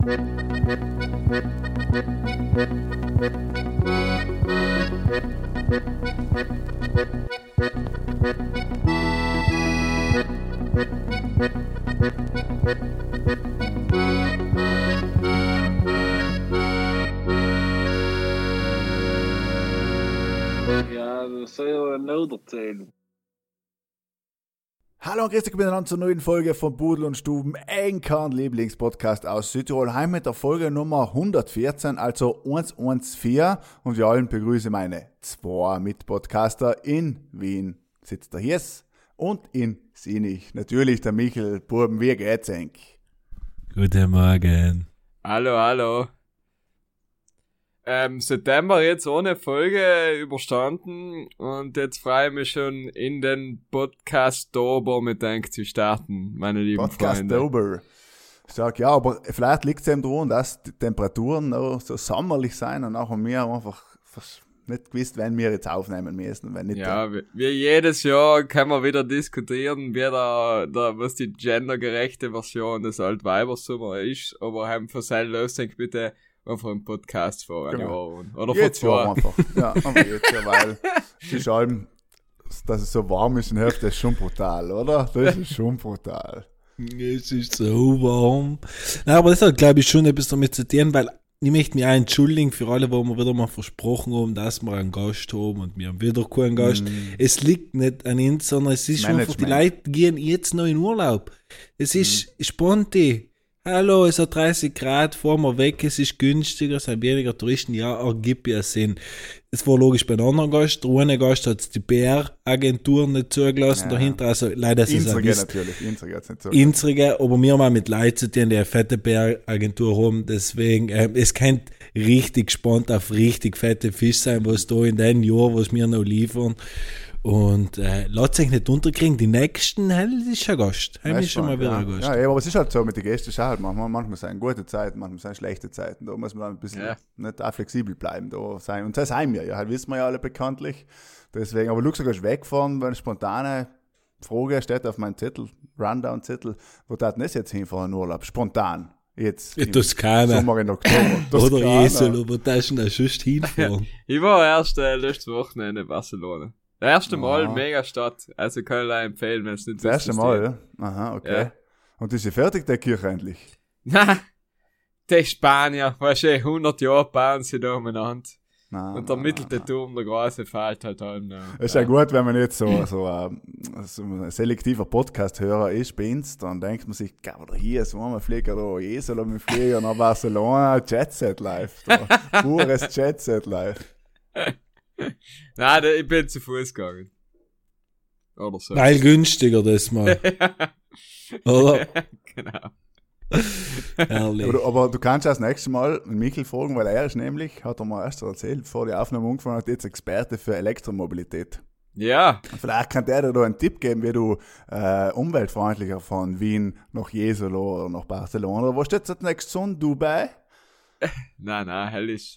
Ja, das soll ja noch erzählen. Hallo und grüß euch miteinander zur neuen Folge von Pudel und Stuben, ein Lieblingspodcast aus Südtirol. Heim mit der Folge Nummer 114, also 114. Und wir allen begrüße meine zwei Mitpodcaster. In Wien sitzt der Hies und in Sinich natürlich der Michel. Buben, wie geht's Enk? Guten Morgen. Hallo. September jetzt ohne Folge überstanden und jetzt freue ich mich schon in den Podcast-Dober mit Denk zu starten, meine lieben Freunde. Podcast-Dober. Stark, ja, aber vielleicht liegt es eben daran, dass die Temperaturen noch so sommerlich sein und auch wir einfach nicht gewusst, wenn wir jetzt aufnehmen müssen. Wenn nicht ja, wie jedes Jahr können wir wieder diskutieren, wie was die gendergerechte Version des Altweibersommer ist, aber haben für seine Lösung bitte einfach einen Podcast vor einem Jahr. Oder jetzt vor 2 Jahren. Einfach. Ja, einfach jetzt ja, weil die Scheiben, dass es so warm ist in der Hälfte, ist schon brutal, oder? Das ist schon brutal. Es ist so warm. Nein, aber das hat, glaube ich, schon etwas damit zu tun, weil ich möchte mich auch entschuldigen für alle, wo wir wieder mal versprochen haben, dass wir einen Gast haben und wir haben wieder keinen Gast. Es liegt nicht an uns, sondern es ist schon einfach, die Leute gehen jetzt noch in Urlaub. Es ist spontan. Hallo, es hat 30 Grad, fahren wir weg, es ist günstiger, es sind weniger Touristen, ja, ergibt ja Sinn. Es war logisch bei einem anderen Gast, der eine Gast hat die PR-Agentur nicht zugelassen, dahinter, also leider ist es ein Inzerge natürlich, Inzerge hat es nicht so. Inzerge, aber wir haben auch mit Leuten zu tun, die eine fette PR-Agentur haben, deswegen, es könnte richtig gespannt auf richtig fette Fisch sein, was da in den Jahren, was wir noch liefern. Und lasst sich nicht unterkriegen, die nächsten, das ist ein Gast. Das ist schon mal wieder ein Gast. Ja, aber es ist halt so, mit den Gästen halt manchmal sind gute Zeiten, manchmal sind schlechte Zeiten. Da muss man dann ein bisschen nicht auch flexibel bleiben. Da sein. Und das sind wir ja, halt wissen wir ja alle bekanntlich. Deswegen, aber Luxor ist weggefahren, weil eine spontane Frage steht auf meinem Zettel, Rundown-Zettel, wo darf denn das jetzt hinfahren in Urlaub? Spontan. Jetzt in Toskana. Sommer in Oktober. Oder Esel, wo da schon sonst hinfahren. Ich war erst letztes Wochenende in Barcelona. Das erste Mal, mega Stadt. Also kann ich empfehlen, wenn es nicht das erste Mal, ja? Aha, okay. Ja. Und ist sie fertig, der Kirche endlich? Nein, die Spanier, weißt du, 100 Jahre bauen sie da umeinander. Und der mittelte Turm, der große, fällt halt noch. Es ist ja gut, wenn man jetzt so ein selektiver Podcast-Hörer ist bei uns, dann denkt man sich, oder hier, so wir fliegen da Esel und wir fliegen nach Barcelona, Jet Set Live. Pures Jet Set Live. Nein, ich bin zu Fuß gegangen. Oder so. Weil günstiger das mal. Oder? Genau. Herrlich. Aber du kannst das nächste Mal Michael fragen, weil er ist nämlich, hat er mir erst erzählt, bevor die Aufnahme angefangen hat, jetzt Experte für Elektromobilität. Ja. Vielleicht kann der dir da einen Tipp geben, wie du umweltfreundlicher von Wien nach Jesolo oder nach Barcelona, oder wo steht das nächste Sonne? Dubai? Nein, hell ist.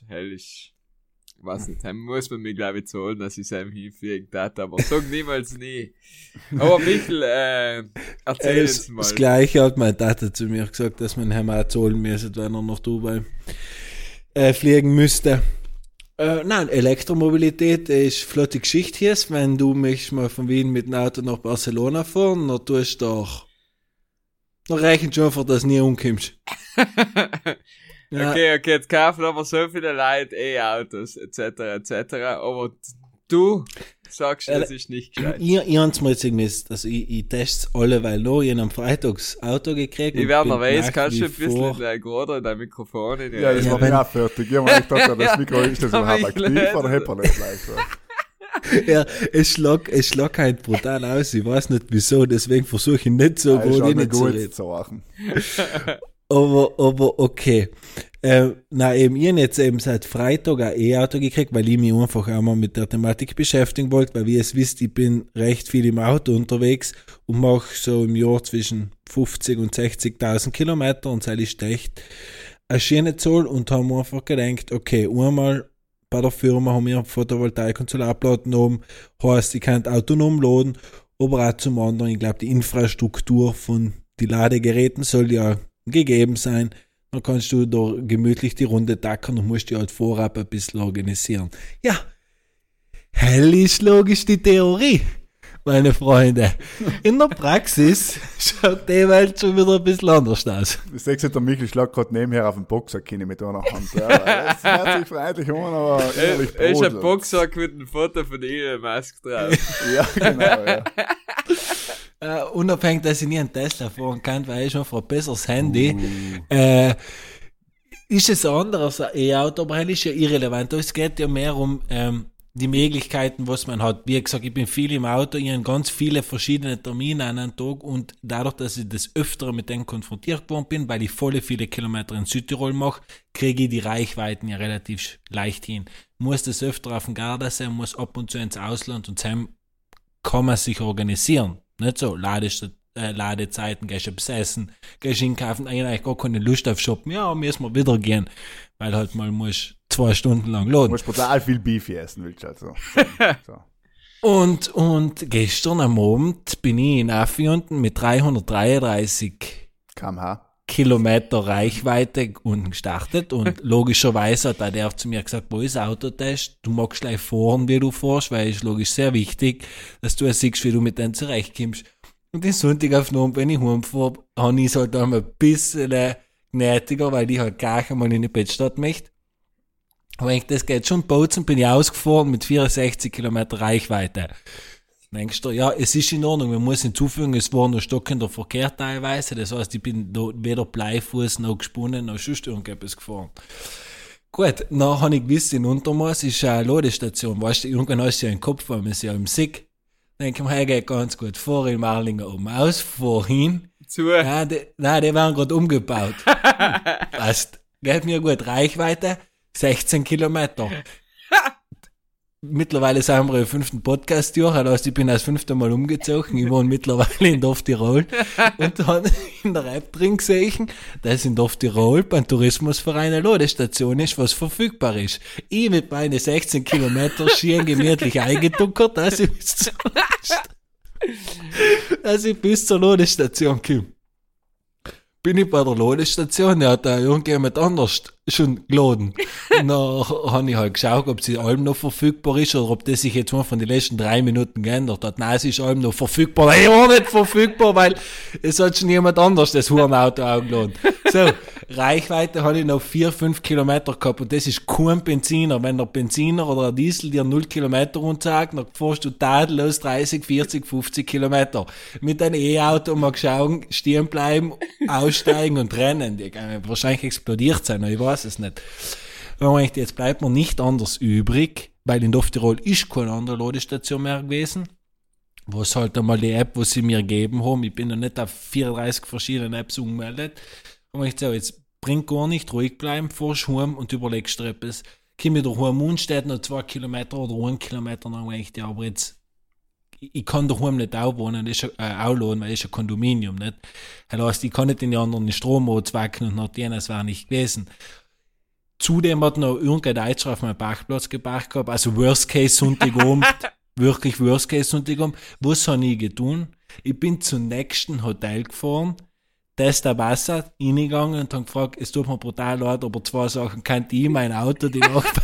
Weiß nicht, dann muss man mir, glaube ich, zahlen, dass ich es einem hinfliegen darf, aber sag niemals nie. Aber Michael, erzähl uns mal. Das Gleiche hat mein Tata zu mir gesagt, dass man ihm auch zahlen müsste, wenn er nach Dubai fliegen müsste. Nein, Elektromobilität ist flotte Geschichte hier, wenn du möchtest mal von Wien mit dem Auto nach Barcelona fahren, dann tust du doch, dann reicht schon einfach, dass du nie umkommst. Ja. Okay, jetzt kaufen aber so viele Leute E-Autos, etc. Aber du sagst, das ist nicht gescheit. Ich hab's mal jetzt gemisst. Also ich teste es alle, weil noch ich am Freitag das Auto gekriegt. Ich werde nervös, kannst du ein bisschen gerade in dein Mikrofon in Ja, das mache ich auch fertig. Ich habe mir gedacht, das Mikro ist das überhaupt aktiv oder hält man nicht gleich? Ja, es schlag halt brutal aus. Ich weiß nicht wieso, deswegen versuche ich nicht so gut reinzureden. Aber okay. Nein, eben, ich habe jetzt eben seit Freitag ein E-Auto gekriegt, weil ich mich einfach einmal mit der Thematik beschäftigen wollte, weil wie ihr es wisst, ich bin recht viel im Auto unterwegs und mache so im Jahr zwischen 50 und 60.000 Kilometer und das ist echt eine schöne Zahl und haben einfach gedacht, okay, einmal bei der Firma haben wir Photovoltaik und Solarplatten oben, heißt, ich kann autonom laden, aber auch zum anderen, ich glaube, die Infrastruktur von den Ladegeräten soll ja gegeben sein. dann kannst du da gemütlich die Runde tackern und musst dich halt vorab ein bisschen organisieren. Ja, hell ist logisch die Theorie, meine Freunde. In der Praxis schaut die Welt schon wieder ein bisschen anders aus. Du siehst, der Michel schlägt gerade nebenher auf den Boxsack hin mit einer Hand. Ja, das hört sich freundlich an, aber innerlich ist ein brodelt. Boxsack mit einem Foto von Elon Musk drauf. Ja, genau, ja. Unabhängig, dass ich nie einen Tesla fahren kann, weil ich schon für ein besseres Handy. Ist es ein anderes E-Auto, aber das ist ja irrelevant. Es geht ja mehr um die Möglichkeiten, was man hat. Wie gesagt, ich bin viel im Auto, ich habe ganz viele verschiedene Termine an einem Tag und dadurch, dass ich das öfter mit denen konfrontiert worden bin, weil ich viele Kilometer in Südtirol mache, kriege ich die Reichweiten ja relativ leicht hin. Muss das öfter auf dem Gardasee, muss ab und zu ins Ausland und dann kann man sich organisieren. Nicht so, Ladezeiten, gehst du besessen, gehst einkaufen, eigentlich gar keine Lust auf Shoppen, ja, müssen wir wieder gehen, weil halt mal musst 2 Stunden lang laden. Du musst brutal viel Beef essen, willst du also. So. Und gestern am Abend bin ich in Affi unten mit 333 km/h. Kilometer Reichweite unten gestartet und logischerweise hat auch der zu mir gesagt, wo ist Autotest? Du magst gleich fahren, wie du fährst, weil es ist logisch sehr wichtig, dass du siehst, wie du mit denen zurechtkommst. Und den Sonntag auf Abend, wenn ich heimfahre, habe ich es halt einmal ein bisschen gnädiger, weil ich halt gleich einmal in die Bettstadt möchte. Aber wenn ich das geht schon bozen, bin ich ausgefahren mit 64 Kilometer Reichweite. Denkst du, ja, es ist in Ordnung, man muss hinzufügen, es war noch stockender Verkehr teilweise, das heißt, ich bin da weder Bleifuß noch gesponnen, noch sonst irgendetwas gefahren. Gut, dann habe ich gewusst, in Untermaß ist eine Ladestation, weißt du, irgendwann hast du ja einen Kopf, weil man ist ja im Sick. Denke ich mir, hey, geht ganz gut, vor in Marlinger oben aus, vorhin. Ja, die werden gerade umgebaut. Passt. Geht mir gut, Reichweite, 16 Kilometer. Mittlerweile sind wir im 5. Podcast durch, also ich bin das 5. Mal umgezogen, ich wohne mittlerweile in Dorf Tirol und dann in der App drin gesehen, dass in Dorf Tirol beim Tourismusverein eine Ladestation ist, was verfügbar ist. Ich mit meinen 16 Kilometer schön gemütlich eingeduckert, dass ich bis zur Ladestation komme. Bin ich bei der Ladestation, da hat da irgendjemand anders schon geladen. Und dann habe ich halt geschaut, ob sie allem noch verfügbar ist oder ob das sich jetzt mal von den letzten 3 Minuten geändert hat. Nein, es ist allem noch verfügbar. Nein, ich war nicht verfügbar, weil es hat schon jemand anders das Hurenauto auch geladen. So, Reichweite habe ich noch 4-5 Kilometer gehabt und das ist kein Benziner. Wenn der Benziner oder der Diesel dir 0 Kilometer runtersagt, dann fährst du tadellos 30, 40, 50 Kilometer. Mit einem E-Auto mal schauen, stehen bleiben, aussteigen und rennen. Die können wahrscheinlich explodiert sein, ich weiß es nicht. Und jetzt bleibt mir nicht anders übrig, weil in Dorf Tirol ist keine andere Ladestation mehr gewesen. Was halt einmal die App, was sie mir gegeben haben, ich bin noch nicht auf 34 verschiedenen Apps umgemeldet. Und ich sage, jetzt bringt gar nicht, ruhig bleiben, fahrst heim und überlegst dir etwas. Komm wieder heim und steht noch 2 Kilometer oder 1 Kilometer, dann denke ich, ja, aber jetzt, ich kann daheim nicht auch wohnen, das ist auch lohnen, weil das ist ein Kondominium, nicht? Das heißt, ich kann nicht in die anderen Strom zwecken und nach denen, das wäre nicht gewesen. Zudem hat noch irgendein Deutscher auf meinem Parkplatz geparkt gehabt, also Worst Case Sonntagabend, wirklich Worst Case Sonntagabend. Was habe ich getan? Ich bin zum nächsten Hotel gefahren, Testa Wasser, reingegangen und habe gefragt, es tut mir brutal leid, aber 2 Sachen, kann ich mein Auto die Nacht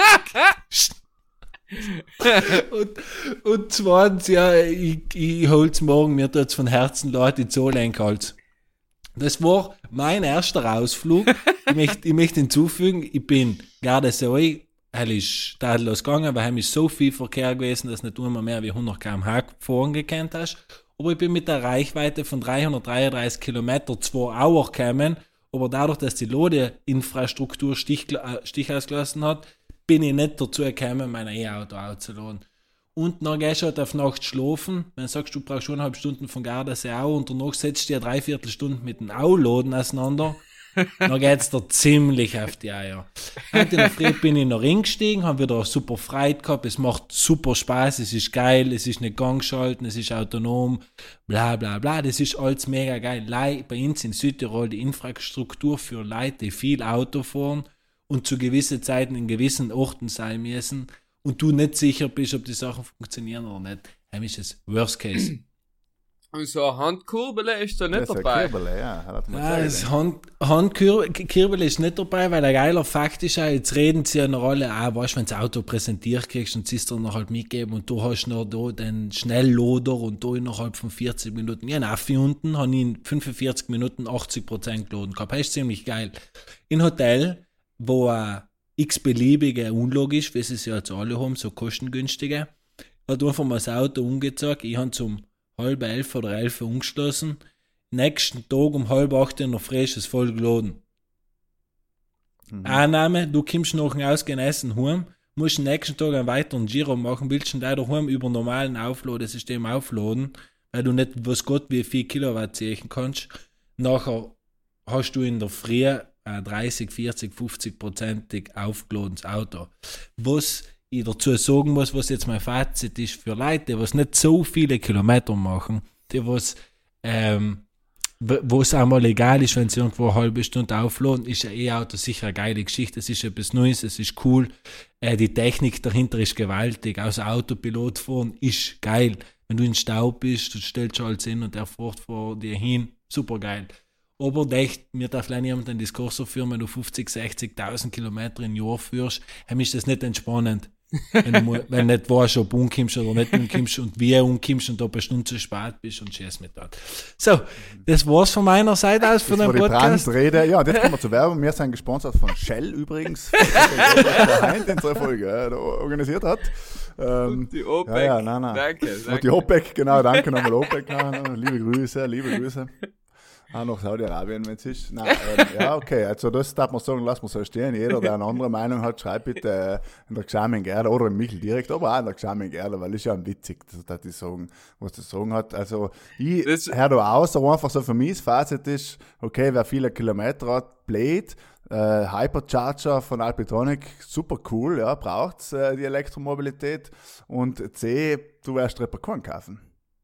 und zweitens, ja, ich hol's morgen, mir tut's von Herzen leid, die Zolleinkalz. Das war mein erster Ausflug. Ich möchte hinzufügen, ich bin Gardasee, er ist tadellos gegangen, weil er ist so viel Verkehr gewesen, dass nicht immer mehr wie 100 km/h gefahren gekannt hast. Aber ich bin mit der Reichweite von 333 Kilometer zwar auch gekommen, aber dadurch, dass die Ladeinfrastruktur Stich ausgelassen hat, bin ich nicht dazu gekommen, mein E-Auto auszuladen. Und dann gehst du halt auf Nacht schlafen, wenn du sagst, du brauchst schon 1,5 Stunden von Gardasee auch und danach setzt du dir 3/4 Stunde mit dem Auladen auseinander, dann geht's dir ziemlich auf die Eier. Heute in der Früh bin ich noch reingestiegen, habe wieder super Freude gehabt, es macht super Spaß, es ist geil, es ist nicht gangschalten, es ist autonom, bla bla bla, das ist alles mega geil. Bei uns in Südtirol die Infrastruktur für Leute, die viel Auto fahren und zu gewissen Zeiten in gewissen Orten sein müssen, und du nicht sicher bist, ob die Sachen funktionieren oder nicht, dann ist es Worst Case. Und so eine Handkurbel ist da nicht Das ist ein dabei. Kirbele, ja. Hat er Ja, mir das gesagt. Handkirbel ist nicht dabei, weil ein geiler Fakt ist auch, jetzt reden sie ja noch alle, weißt du, wenn du das Auto präsentiert kriegst und sie es dann noch halt mitgeben und du hast noch da den Schnellloader und da innerhalb von 40 Minuten, ja, nach unten habe ich in 45 Minuten 80% geladen gehabt. Das ist ziemlich geil. In Hotel, wo x-beliebige Unlage ist, wie sie es ja jetzt alle haben, so kostengünstige, hat einfach mal das Auto umgezogen. Ich habe zum 10:30 oder 11 umgeschlossen. Nächsten Tag um 7:30 in der Früh ist es voll geladen. Annahme, du kommst nach dem ausgenessen heim, musst am nächsten Tag einen weiteren Giro machen, willst du da daheim über normalen Aufladesystem aufladen, weil du nicht, was Gott, wie viel Kilowatt ziehen kannst. Nachher hast du in der Früh ein 30, 40, 50%ig aufgeladenes Auto. Was ich dazu sagen muss, was jetzt mein Fazit ist für Leute, die was nicht so viele Kilometer machen, die was wo es einmal legal ist, wenn sie irgendwo eine halbe Stunde aufladen, ist ein E-Auto sicher eine geile Geschichte. Es ist etwas Neues, es ist cool. Die Technik dahinter ist gewaltig. Aus Autopilot fahren ist geil. Wenn du in Stau bist, du stellst schon alles hin und er fährt vor dir hin. Super geil. Aber mir darf leider niemand den Diskurs so führen, wenn du 50, 60.000 Kilometer im Jahr führst, ist das nicht entspannend. Wenn du nicht weißt, ob du umkommst oder nicht umkommst und wie du umkommst und ob eine Stunde zu spät bist und schieß mit dort. So, das war's von meiner Seite aus für den Podcast. Brandrede. Ja, und jetzt kommen wir zur Werbung. Wir sind gesponsert von Shell übrigens, der Heinz in der Folge da organisiert hat. Und die OPEC. Nein. Danke. Und die OPEC, genau, danke nochmal OPEC. Liebe Grüße. Noch Saudi-Arabien, wenn es ist. Nein, ja, okay, also das darf man sagen, lassen wir so stehen. Jeder, der eine andere Meinung hat, schreibt bitte in der Gesamen Gerde oder im Michel direkt, aber auch in der Gesamen Gerde, weil es ist ja witzig, dass die sagen, was das sagen hat. Also ich höre da aus, aber einfach so für mich das Fazit ist, okay, wer viele Kilometer hat, Blade, Hypercharger von Alpitronic, super cool, ja, braucht's die Elektromobilität. Und C, du wirst Reparkuren kaufen.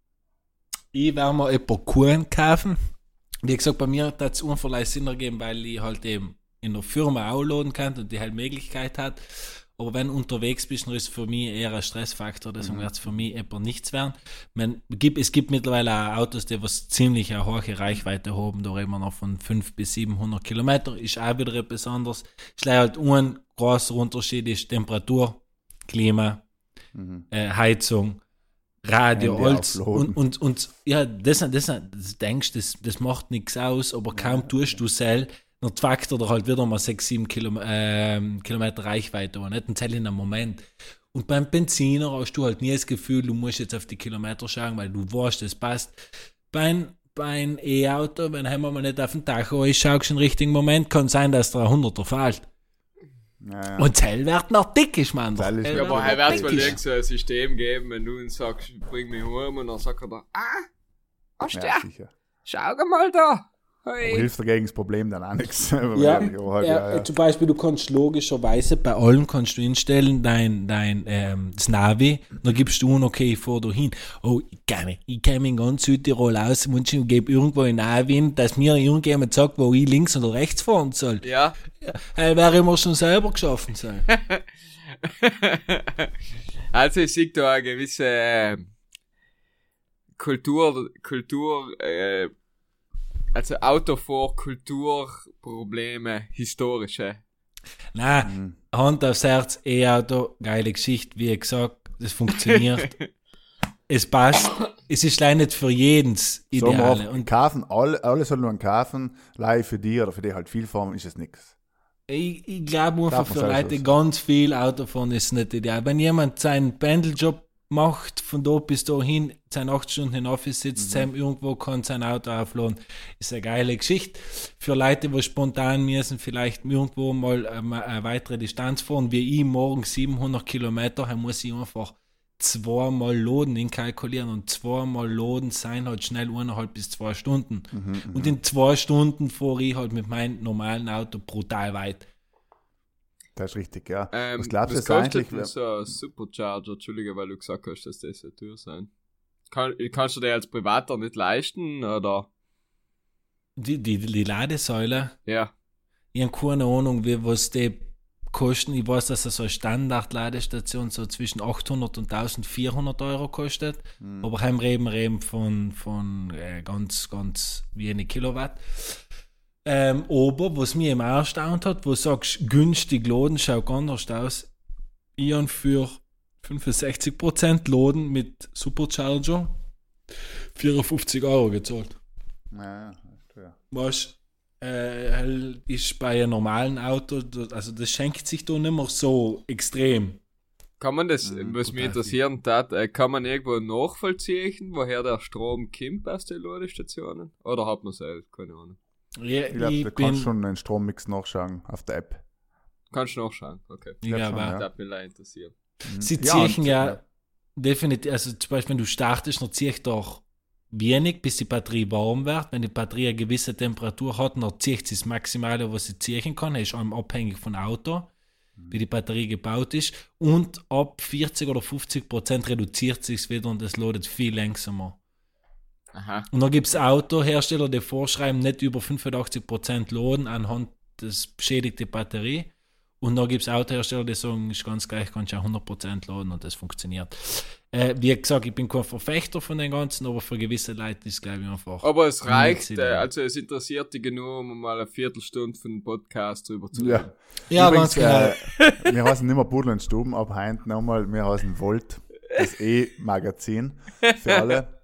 Ich werde mir Reparkuren kaufen. Wie gesagt, bei mir hat es unverleih Sinn ergeben, weil ich halt eben in der Firma auch laden kann und die halt Möglichkeit hat. Aber wenn du unterwegs bist, dann ist es für mich eher ein Stressfaktor, deswegen wird es für mich etwa nichts werden. Es gibt mittlerweile auch Autos, die was ziemlich eine hohe Reichweite haben, da reden wir noch von 500 bis 700 Kilometer, ist auch wieder etwas anderes. Ist leider halt ein großer Unterschied, ist Temperatur, Klima, Heizung, Radio, Holz und ja, das denkst du, das macht nichts aus, aber kaum tust du es, dann Faktor da halt wieder mal 6-7 Kilometer Reichweite, aber nicht ein Zell in einem Moment. Und beim Benziner hast du halt nie das Gefühl, du musst jetzt auf die Kilometer schauen, weil du weißt, das passt. Beim E-Auto, wenn einmal mal nicht auf den Tacho ist, schaust du im richtigen Moment, kann sein, dass der 100er fällt. Ja. Und Zell wird noch dick, ich meine. Ja, aber er wird wohl irgend so ein System geben, wenn du ihn sagst, bring mich heim, und dann sagt er da, hast du sicher. Schau mal da. Hey. Aber hilft dagegen das Problem dann auch nichts. Zum Beispiel, du kannst logischerweise bei allem kannst du einstellen, das Navi, dann gibst du okay, ich fahr da hin. Oh, ich käme in ganz Südtirol aus und gebe irgendwo ein Navi hin, dass mir irgendjemand sagt, wo ich links oder rechts fahren soll. Ja. Wäre ich mir schon selber geschaffen sein. Also ich sehe da eine gewisse Kultur, also Autofahr-Kulturprobleme, historische. Nein, Hand aufs Herz, E-Auto, geile Geschichte, wie gesagt, das funktioniert. Es passt. Es ist leider nicht für jeden das Ideale. Und kaufen, alle sollen nur einen kaufen, leider für die oder für die halt viel fahren, ist es nichts. Ich glaube einfach für Leute, ganz viel Autofahren ist nicht ideal. Wenn jemand seinen Pendeljob macht, von da bis dahin, sein 8 Stunden in Office sitzt, irgendwo kann sein Auto aufladen, ist eine geile Geschichte. Für Leute, die spontan müssen, vielleicht irgendwo mal eine weitere Distanz fahren, wie ich morgen 700 Kilometer, dann muss ich einfach 2-mal Laden kalkulieren und 2-mal Laden sein halt schnell 1,5 bis 2 Stunden. Und in 2 Stunden fahre ich halt mit meinem normalen Auto brutal weit. Das ist richtig, ja. Was glaubst du eigentlich? So ein Supercharger, Entschuldige, weil du gesagt hast, dass das so teuer sein. Kannst du dir als Privater nicht leisten, oder? Die Ladesäule? Ja. Ich habe keine Ahnung, wie was die kosten, ich weiß, dass so eine Standard-Ladestation so zwischen 800 und 1400 Euro kostet, aber heim reden von ganz, ganz wenig Kilowatt. Aber was mich immer erstaunt hat, wo du sagst, günstig laden, schaut anders aus. Ich habe für 65% Laden mit Supercharger 54 Euro gezahlt. Ja. Was ist bei einem normalen Auto, also das schenkt sich da nicht mehr so extrem. Kann man das, was mich interessieren tat, kann man irgendwo nachvollziehen, woher der Strom kommt aus den Ladestationen? Oder hat man es selbst? Keine Ahnung. Ja, Ich glaube, du kannst schon den Strommix nachschauen auf der App. Kannst du nachschauen, okay. Ja, aber Das hat mich leider interessiert. sie ziehen definitiv, also zum Beispiel, wenn du startest, dann zieht doch wenig, bis die Batterie warm wird. Wenn die Batterie eine gewisse Temperatur hat, dann zieht sie das Maximale, was sie ziehen kann. Das ist abhängig vom Auto, wie die Batterie gebaut ist. Und ab 40 oder 50% reduziert sich es wieder und es ladet viel langsamer. Aha. Und dann gibt es Autohersteller, die vorschreiben, nicht über 85% laden anhand des beschädigten Batterie. Und dann gibt es Autohersteller, die sagen, ist ganz gleich, kannst du auch 100% laden und das funktioniert. Wie gesagt, ich bin kein Verfechter von den Ganzen, aber für gewisse Leute ist es, glaube ich, einfach. Aber es reicht, also es interessiert dich genug, um mal eine Viertelstunde für den Podcast drüber zu reden. Ja, Übrigens, ganz genau. wir heißen nicht mehr Pudel und Stuben, ab heute nochmal, wir heißen Volt, das E-Magazin für alle.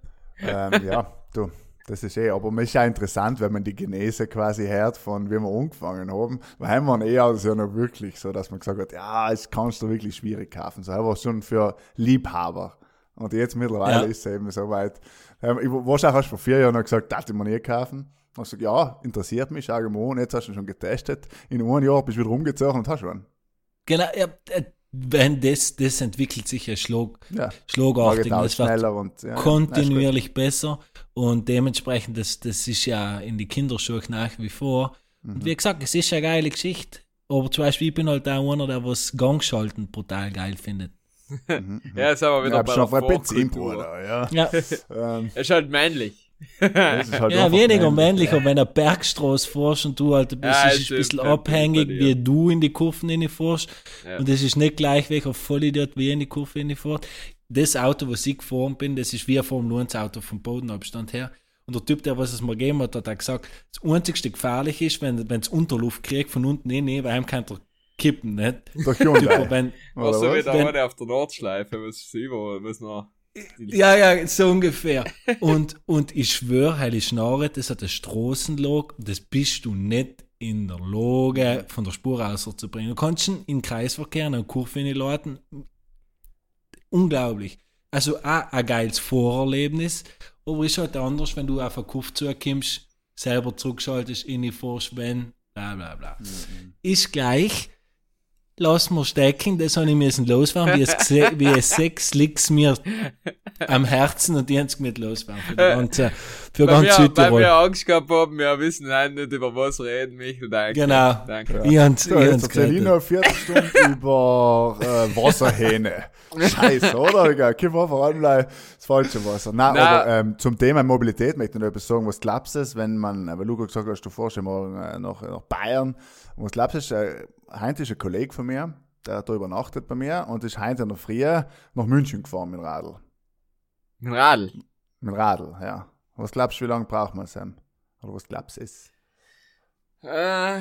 Das ist aber mir ist ja interessant, wenn man die Genese quasi hört, von wie wir angefangen haben, weil haben wir E-Autos ja noch wirklich so, dass man gesagt hat, ja, das kannst du wirklich schwierig kaufen. So, aber schon für Liebhaber. Und jetzt mittlerweile ist es eben so weit. Wahrscheinlich hast du vor 4 Jahren noch gesagt, das ich mir nie kaufen. Dann hast du gesagt, ja, interessiert mich, schau mal an, jetzt hast du schon getestet. In einem Jahr bist du wieder umgezogen und hast schon. Genau, wenn das entwickelt sich ja schlagartig. Das wird schneller und kontinuierlich besser und dementsprechend, das ist ja in die Kinderschuhe nach wie vor. Und wie gesagt, es ist eine geile Geschichte. Aber zum Beispiel, ich bin halt auch einer, der was Gangschalten brutal geil findet. Ja, jetzt haben wir wieder bei der Vorkultur. Ja. Er ist halt männlich. Das ist halt Ja, einfach weniger männlich, aber wenn du Bergstraße fährst und du halt bist, ist es ein bisschen abhängig, wie du in die Kurven reinfährst. Ja. Und das ist nicht gleich, welcher Vollidiot wie in die Kurve reinfährt. Das Auto, was ich gefahren bin, das ist wie ein Formel-1-Auto vom Bodenabstand her. Und der Typ, der was es mir gegeben hat, hat auch gesagt, das einzigste gefährlich ist, wenn es Unterluft kriegt von unten weil ihm kann er kippen, nicht? Durch Hyundai. Wenn, Also wieder eine auf der Nordschleife, was noch... Ja, so ungefähr. Und ich schwöre, heilig Schnarre, das hat eine Strassenlage, das bist du nicht in der Lage, von der Spur rauszubringen. Du kannst ihn in den Kreisverkehr, in eine Kurve hineinladen. Unglaublich. Also auch ein geiles Fahrerlebnis, aber ist halt anders, wenn du auf eine Kurve zukommst, selber zurückschaltest, reinfährst, wenn, bla bla bla. Ist gleich. Lass mir stecken, das habe ich müssen losfahren. Wie es 6 liegt mir am Herzen und die haben es mit losfahren. Für ganz Südtirol. Weil wir Angst gehabt haben, wir wissen nicht, über was reden, Michael. Danke. Genau. Danke. Ja. Jetzt erzähle ich noch eine Viertelstunde über Wasserhähne. Scheiße, oder? Gib einfach anbleiben, das falsche Wasser. Nein. Aber zum Thema Mobilität möchte ich noch etwas sagen. Was glaubst du, wenn man, weil Luca gesagt hast, du fährst mal nach Bayern, was glaubst du, heute ist ein Kollege von mir, der hat da übernachtet bei mir und ist heute in der Früh nach München gefahren mit dem Radl. Mit dem Radl? Mit dem Radl, ja. Was glaubst du, wie lange braucht man, Sam? Oder was glaubst du ist? Ja,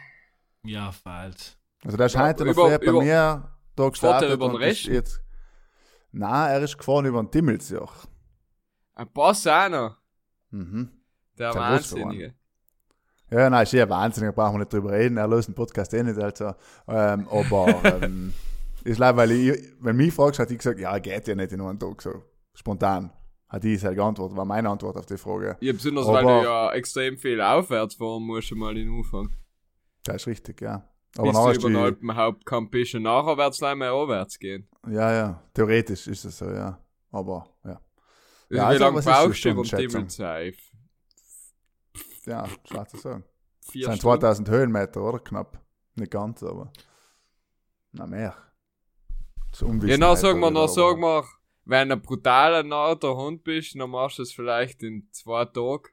falsch. Also der ist heute in der Früh bei mir da gestartet über den und ist jetzt... Nein, er ist gefahren über den Timmelsjoch. Ein Pass auch noch. Mhm. Der Wahnsinnige. Ja, nein, ist ja wahnsinnig, da brauchen wir nicht drüber reden. Er löst den Podcast eh nicht, also. Aber ist leider, weil wenn mich fragst, hat ich gesagt, ja, geht ja nicht in einem Tag so. Spontan. Hat die halt geantwortet, war meine Antwort auf die Frage. Ja, besonders, weil du ja extrem viel aufwärts fahren musst, mal in den Anfang. Das ist richtig, ja. Aber bis du über den Alpenhauptkamm bist und nachher wird es gleich mal aufwärts gehen. Ja, theoretisch ist es so, ja. Aber, ja. Ja, wie lange brauchst du über den Timmelsjoch? Ja, schwer zu sagen. 4 Das sind Stunden. 2000 Höhenmeter, oder? Knapp. Nicht ganz, aber. Na, mehr. Ja, dann sagen wir, wenn du ein brutaler naher Hund bist, dann machst du es vielleicht in 2 Tagen.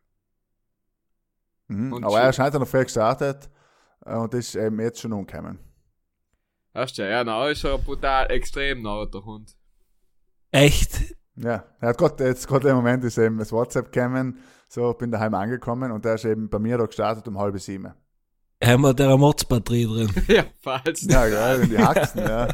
Aber er scheint noch viel gestartet und ist eben jetzt schon umgekommen. Hast du ja, na, ist er brutal extrem nah, der Hund. Echt? Ja, er hat gerade im Moment ist eben das WhatsApp gekommen, so bin daheim angekommen und der ist eben bei mir da gestartet um 6:30. Haben wir da eine Mordsbatterie drin? Ja, falls. Ja, geil, in die Haxen, ja.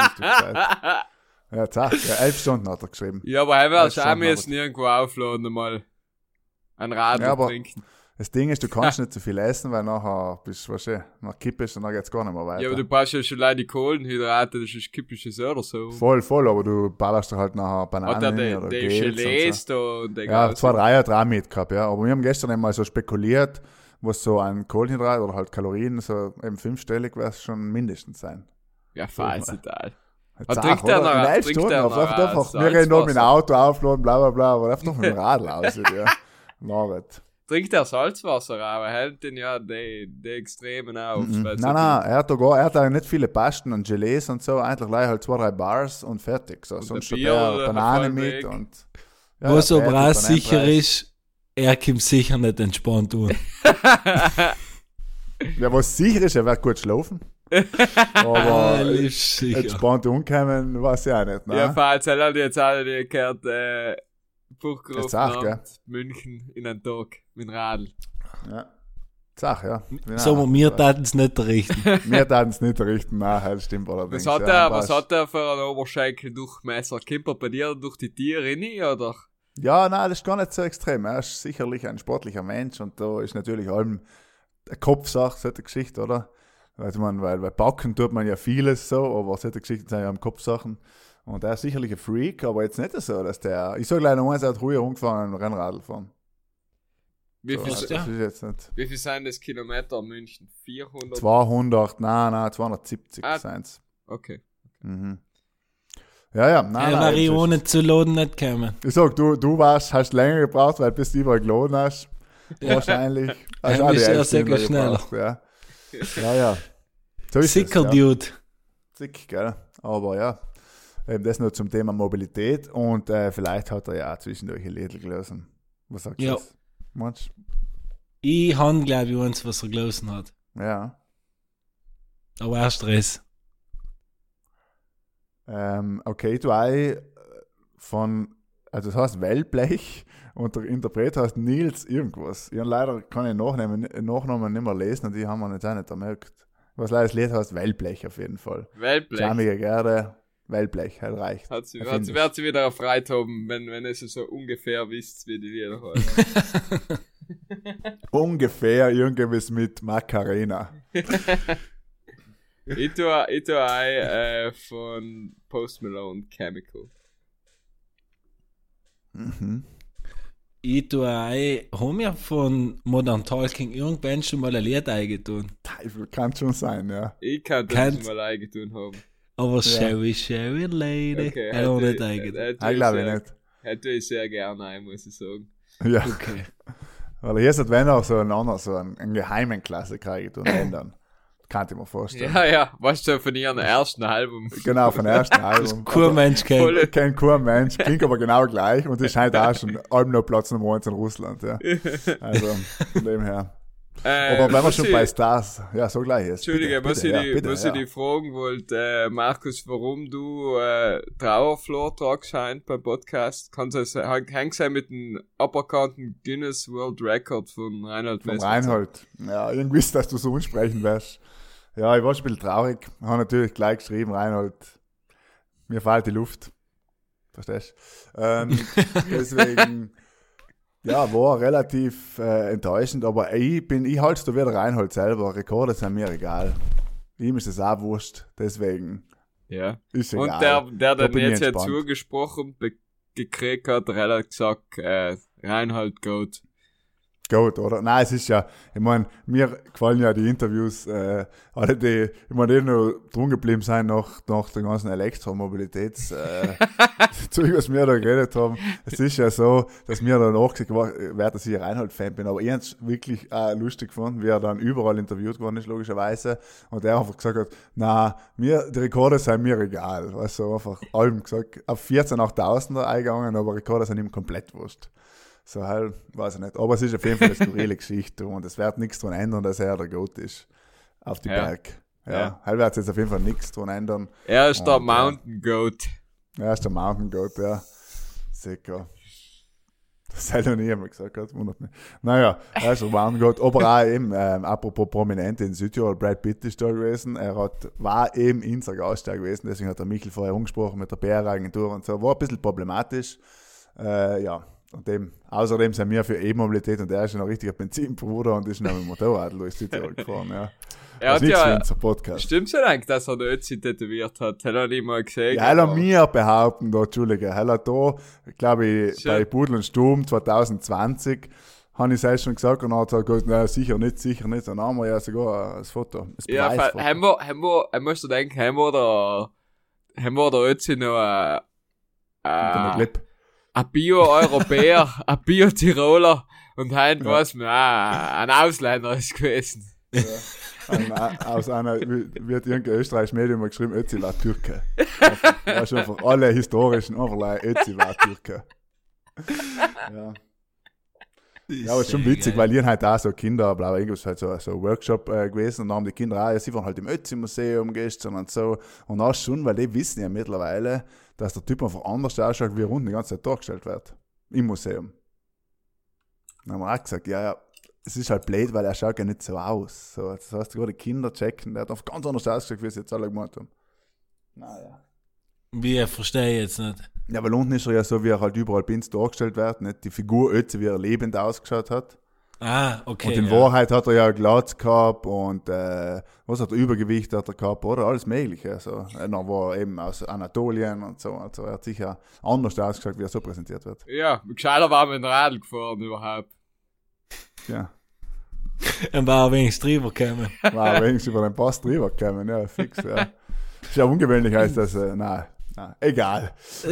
Ja, zack, ja, 11 Stunden hat er geschrieben. Ja, aber haben wir Das auch schon müssen irgendwo aufladen, mal ein Radl Ja, aber trinken. das Ding ist, du kannst nicht zu viel essen, weil nachher bist du wahrscheinlich, nach kippest und dann geht's gar nicht mehr weiter. Ja, aber du brauchst ja schon leider die Kohlenhydrate, das ist kippisches oder so. Voll, aber du ballerst dir halt nachher Hat Bananen er oder die Gels Gelees und so. da und der Ja, 2-3 hat er auch mitgehabt, ja. Aber wir haben gestern einmal so spekuliert, was so an Kohlenhydrat oder halt Kalorien, so eben 5-stellig wäre es schon mindestens sein. Ja, falls total. Zack, trinkt er oder? noch- In 11 trinkt Stunden, er auf noch einfach, wir reden noch mit dem Salzwasser? Auto aufladen, bla bla bla, aber einfach noch mit dem Radl aus, ja. Norbert. Trinkt er Salzwasser, aber hält den ja die Extremen auf. Nein, er hat auch nicht viele Pasten und Gelees und so, eigentlich leider halt 2-3 Bars und fertig. So. Und Sonst der hat Bier er oder Banane voll mit weg. und... Was ja, aber fertig, auch sicher Bananenpreis. ist, er kommt sicher nicht entspannt tun. Ja, was sicher ist, er wird gut schlafen. Aber Ist sicher. entspannt umkommen, weiß ich auch nicht. Ne? Ja, falls er hat jetzt alle die gehört, Buchgerufen Jetzt auch, gell? Abend, München in einen Tag mit dem Radl. Ja. Sag, ja. So, wir taten es nicht richten. Wir taten es nicht richten, nein, das stimmt allerdings. Was hat er für einen Oberschenkeldurchmesser? Kommt er bei dir durch die Tiere rein, oder? Ja, nein, das ist gar nicht so extrem. Er ist sicherlich ein sportlicher Mensch und da ist natürlich allem eine Kopfsache, solche Geschichte, oder? Weil backen tut man ja vieles so, aber solche Geschichten sind ja am Kopfsachen. Und er ist sicherlich ein Freak, aber jetzt nicht so, dass der... Ich sag gleich noch eins, er hat früher umgefahren und Rennradl fahren. Wie So, viel, also das ist jetzt nicht... wie viel sind das Kilometer München? 400? 200, nein, 270 Ah. sind's. Okay. Mhm. Ja, nein, Er war das ist- ohne zu laden nicht gekommen. Ich sag, du hast länger gebraucht, weil bis du überall gelohnt hast. Wahrscheinlich. Hast Ja, auch die ist ja 11 Stunden sicher schneller. gebraucht, Ja. So ist Sicker es, ja. Dude. Sick, gell? Aber ja, eben das nur zum Thema Mobilität und vielleicht hat er ja auch zwischendurch ein Liedl gelesen. Was sagst du? Ja. das? Meinst Ich habe, glaube ich, eins, was er gelesen hat. du? Ja. Aber auch Stress. Okay, du von, also das heißt Wellblech und der Interpret heißt Nils irgendwas. Ich habe leider keine Nachnamen nicht mehr lesen und die haben wir jetzt auch nicht gemerkt. Was leider das Lied heißt Wellblech auf jeden Fall. Weltblech. Jamige Gerde, Wellblech, halt reicht. Wird sie Erfindet. wieder erfreut haben, wenn es so ungefähr wisst, wie die Lieder heißen. Ungefähr irgendwas mit Macarena. Ich tue von Post Malone Chemical. Mhm. Ich tue haben wir von Modern Talking irgendwann schon mal ein Lied eingetun. Teufel, kann schon sein, ja. Ich kann Kennt- das mal eingetun haben. Aber Sherry Lady. Okay, er hat nicht eingetun. Ich glaube nicht. Hätte ich sehr gerne ein, muss ich sagen. Ja, Okay. weil hier ist wenn auch so einen geheimen Klassiker getan, wenn dann. Kann ich mir vorstellen. Ja, weißt du, von ihrem ersten Album. Genau, von der ersten Album. Kurmensch kennt. Voll- Kein Kurmensch, klingt aber genau gleich und ist halt auch schon Album noch Platz Nummer 1 in Russland, ja. Also, von dem her. Aber wenn wir was schon ich- bei Stars, ja, so gleich ist. Entschuldige, was ich ja. dich fragen wollte, Markus, warum du Trauerflor tragst beim Podcast, hängt sein mit dem aberkannten Guinness World Record von Reinhold Vom Messner. Reinhold. Ja, irgendwie ist, dass du so unsprechen wärst. Ja, ich war schon ein bisschen traurig. Habe natürlich gleich geschrieben, Reinhold, mir fehlt die Luft. Verstehst du? Deswegen, ja, war relativ enttäuschend, aber ich halte es da wieder Reinhold selber. Rekorde sind mir egal. Ihm ist es auch wurscht. Deswegen Ja. ist Und egal. der Da dann bin ich jetzt ja entspannt. zugesprochen gekriegt hat, der hat gesagt, Reinhold Goat. Gut, oder? Nein, es ist ja, ich meine, mir gefallen ja die Interviews, alle die, ich meine, die noch drum geblieben sein nach der ganzen Elektromobilitätszeug, was wir da geredet haben. Es ist ja so, dass mir dann nachgesagt wird, dass ich ein Reinhold-Fan bin, aber ich habe es wirklich lustig gefunden, wie er dann überall interviewt worden ist, logischerweise, und er einfach gesagt hat, na, die Rekorde sind mir egal, weißt du, einfach allem gesagt, auf 14 8000er eingegangen, aber Rekorde sind ihm komplett wurscht. So halt, weiß ich nicht. Aber es ist auf jeden Fall eine skurrile Geschichte und es wird nichts daran ändern, dass er der Goat ist. Auf die Ja. Berg. Ja. Halt wird jetzt auf jeden Fall nichts dran ändern. Er ist der Und, Mountain Goat. Er ist der Mountain Goat, ja. Sicher. Das hat noch nie jemand gesagt, das wundert mich. Naja, er ist der Mountain Goat. Aber auch eben, apropos Prominente in Südtirol, Brad Pitt ist da gewesen. War eben unser Gast da gewesen, deswegen hat der Michel vorher umgesprochen mit der PR-Agentur und so. War ein bisschen problematisch. Ja. Und außerdem sind wir für E-Mobilität und er ist schon ein richtiger Benzinbruder und ist noch mit dem Motorrad durch Südtirol gefahren, ja. Er hat nichts ja, für unser Podcast. stimmt's ja eigentlich, dass er den Ötzi tätowiert hat? Hat er nicht mal gesehen? Ja, er hat mir behaupten, da, Entschuldige, er hat da, glaube ich, Schön. bei Pudel und Sturm 2020, habe ich es schon gesagt und er hat gesagt, nein, sicher nicht. Und dann haben wir ja sogar das Foto, das Ja, Beweisfoto. haben musst du denken, haben wir der Ötzi noch Mit einem Clip. ein Bio-Europäer, ein Bio-Tiroler und heim was mir ein Ausländer ist gewesen. Aus einer, wird irgendein österreichisches Medium mal geschrieben, Ötzi war Türke. Ja, schon für alle historischen Overlay, Ötzi war Türke. Ja. Ja, aber ist schon witzig, weil ihr halt da so Kinder, bla, irgendwas halt so ein Workshop gewesen und dann haben die Kinder auch, ja, sie waren halt im Ötzi-Museum gestern und so. Und auch schon, weil die wissen ja mittlerweile, dass der Typ einfach anders ausschaut, wie er unten die ganze Zeit dargestellt wird. Im Museum. Dann haben wir auch gesagt, ja, es ist halt blöd, weil er schaut ja nicht so aus. So, das heißt, gerade die Kinder checken, der hat auf ganz anders ausgeschaut, wie es jetzt alle gemacht haben. Naja. Wie, ich verstehe jetzt nicht. Ja, weil unten ist er ja so, wie er halt überall bei uns dargestellt wird, nicht die Figur Ötzi, wie er lebend ausgeschaut hat. Ah, okay. Und in Wahrheit hat er ja Glatz gehabt und was hat er, Übergewicht hat er gehabt, oder? Alles Mögliche. Also, er war eben aus Anatolien und so. Also er hat sicher anders ausgeschaut, wie er so präsentiert wird. Ja, gescheiter war mit dem Radl gefahren überhaupt. Ja. Dann war er wenigstens drüber gekommen. War wenigstens über den Pass drüber gekommen, ja, fix, ja. Ist ja ungewöhnlich, heißt das, nein, egal.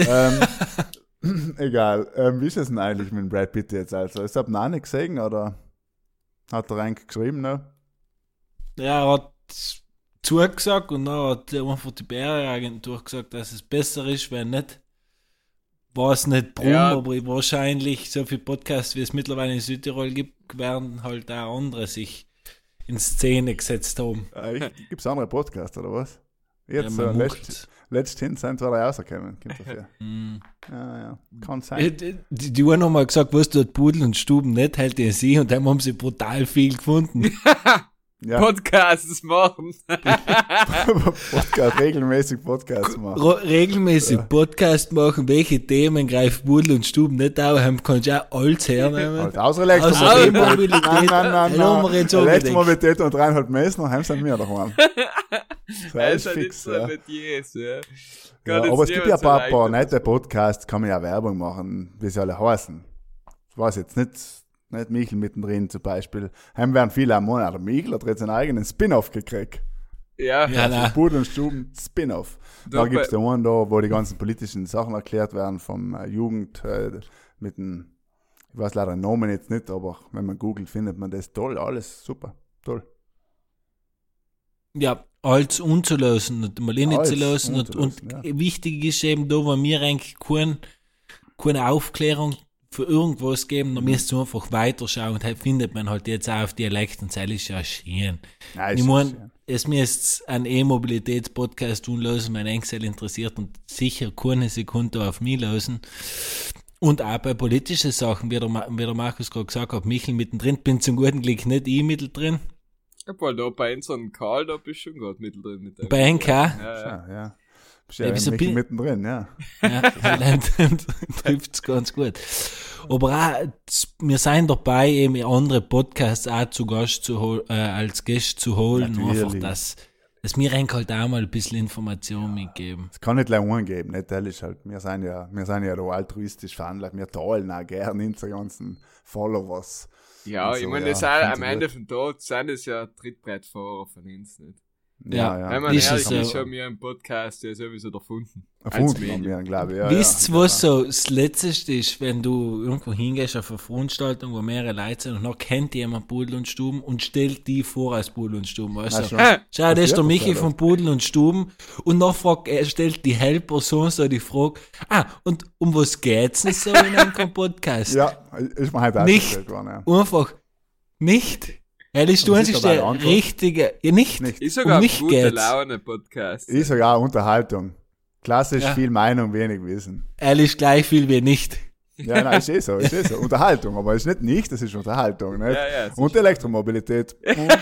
Egal. Wie ist es denn eigentlich mit Brad Pitt jetzt? Also, ist das noch nicht gesehen oder hat er eigentlich geschrieben, ne? Ja, er hat zugesagt und dann hat einfach die PR-Agentur gesagt, dass es besser ist, wenn nicht. War es nicht drum, Ja. aber wahrscheinlich so viele Podcasts, wie es mittlerweile in Südtirol gibt, werden halt auch andere sich in Szene gesetzt haben. Gibt es andere Podcasts oder was? Jetzt, man letzthin sind 2, 3 rausgekommen. Kommt dafür. Ja, kann sein. Die haben nochmal gesagt, was dort Pudel und Stuben nicht hält ihr sie und dann haben sie brutal viel gefunden. Ja, Podcasts machen. regelmäßig Podcasts machen. Regelmäßig Podcast machen, welche Themen greift Pudel und Stuben nicht auf, kannst du auch alles hernehmen. Halt außer Elektromobilität. Nein. Elektromobilität und Reinhold Messner, haben sie mir doch mal. Das ist halt nicht so mit yes, ja. Ja, aber es gibt ja ein paar nette Podcasts, kann man ja Werbung machen, wie sie alle heißen. Ich weiß jetzt nicht Michel mittendrin zum Beispiel. Haben werden viele am Monat. Michel hat jetzt einen eigenen Spin-Off gekriegt. Ja, Ja, Pudel und Stuben Spin-Off. Da gibt es den einen da, wo die ganzen politischen Sachen erklärt werden vom Jugend mit dem, ich weiß leider den Namen jetzt nicht, aber wenn man googelt, findet man das toll, alles super, toll. Ja, alles unzulösen und mal nicht Alles zu lösen. Und unzulösen, wichtig ist eben da, wenn wir eigentlich keine Aufklärung für irgendwas geben, dann müsst ihr einfach weiterschauen und halt findet man halt jetzt auch auf Dialekt und das ist ja schön. Nein, Ich ist meine, schön. es müsst einen E-Mobilitäts-Podcast tun lösen, mein Engel interessiert und sicher keine Sekunde auf mich lösen. Und auch bei politischen Sachen, wie der Markus gerade gesagt hat, Michel mittendrin, bin zum guten Glück nicht ich mittendrin. Obwohl, da bei unserem Karl, da bist du schon gerade mittendrin mit dem. Bei NK. Ja. Bist ja wieso Michel bin- mittendrin, ja. Ja, trifft es ganz gut. Aber auch, wir sind dabei, eben andere Podcasts auch zu Gast als Gast zu holen, nur einfach, Natürlich. dass wir eigentlich halt auch mal ein bisschen Information mitgeben. Es kann nicht gleich angeben, nicht? Das ist halt, wir sind ja da altruistisch veranlagt, wir teilen auch gerne unsere ganzen Followers. Ja, Und ich so, meine, ja, das sind finde am ich Ende gut. vom Tag sind es ja Trittbrettfahrer von uns nicht. Ja, Wenn man ist ehrlich es ist, so. haben wir einen Podcast ja sowieso erfunden. Erfunden haben wir, glaube ich. Ja, Wisst ihr, ja. was so das Letzte ist, wenn du irgendwo hingehst auf eine Veranstaltung, wo mehrere Leute sind und dann kennt jemand Pudel und Stuben und stellt die vor als Pudel und Stuben, weißt Na, du? schon. Schau, das ist der wird Michi das, von Pudel und Stuben und dann stellt die Helperson so die Frage, und um was geht's denn so in einem Podcast? Ja, ist mir halt Nicht. ausgestellt worden, ja. Einfach nicht. Ehrlich, du Was hast ist dabei der die Antwort? richtige, ja nicht. Ist sogar Um ein mich gute geht's. Laune-Podcast. Ich sogar Unterhaltung. Klassisch Ja. viel Meinung, wenig Wissen. Ehrlich, gleich viel wie nicht. Ja, nein, ist eh so. Unterhaltung, aber ist nicht, das ist Unterhaltung. Nicht? Ja, es Und ist- Elektromobilität.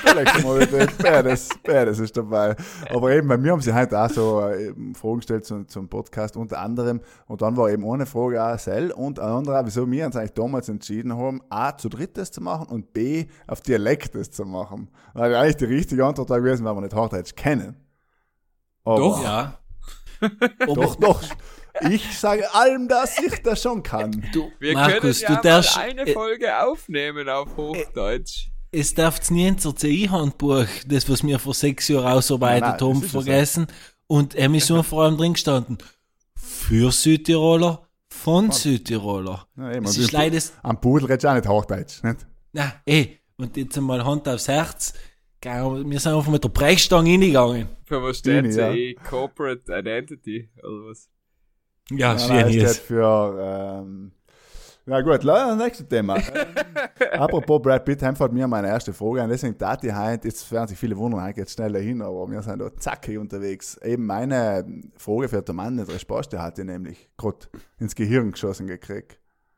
Beides ist dabei. Aber eben, bei mir haben sie heute auch so Fragen gestellt zum Podcast, unter anderem. Und dann war eben eine Frage auch Sel und eine andere auch, wieso wir uns eigentlich damals entschieden haben, A, zu drittes zu machen und B, auf Dialektes zu machen. Also eigentlich die richtige Antwort war gewesen, weil wir nicht Hochdeutsch kennen. Aber Doch. Ja. Doch. Ich sage allem, dass ich das schon kann. Du, Wir Markus, können du ja darfst, mal eine Folge aufnehmen auf Hochdeutsch. es darf nie unser CI-Handbuch, das, was wir vor 6 Jahren ausarbeitet Nein, das haben, ist ja so. vergessen. Und er ist nur vor allem drin gestanden. Für Südtiroler, von Südtiroler. Ja, eben, Es und ist leider, am Pudel redest du auch nicht Hochdeutsch, nicht? na, und jetzt einmal Hand aufs Herz. Wir sind einfach mit der Brechstange reingegangen. Für was steht Dini, ja. sie? Corporate Identity oder was? Ja, Nein, schön es steht ist. für, ja gut, das nächste Thema. Apropos Brad Pitt, heim fällt mir meine erste Frage an, deswegen tat ich heute, jetzt werden sich viele wundern, ich gehe jetzt schneller hin, aber wir sind da zackig unterwegs. Eben meine Frage für den Mann, die Resposte hatte nämlich gerade ins Gehirn geschossen gekriegt.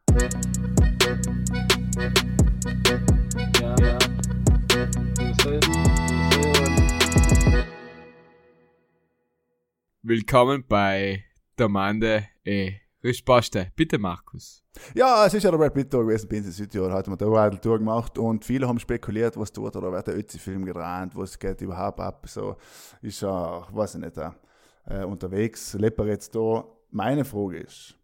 Ja. Willkommen bei Domande Risposte. Bitte, Markus. Ja, es ist ja der Brad Pitt da gewesen, bei uns in Südtirol, hat man da eine Tour gemacht und viele haben spekuliert, was dort oder wird der Ötzi-Film gedreht, was geht überhaupt ab, so ist ja, weiß ich nicht, unterwegs, lebt jetzt da. Meine Frage ist,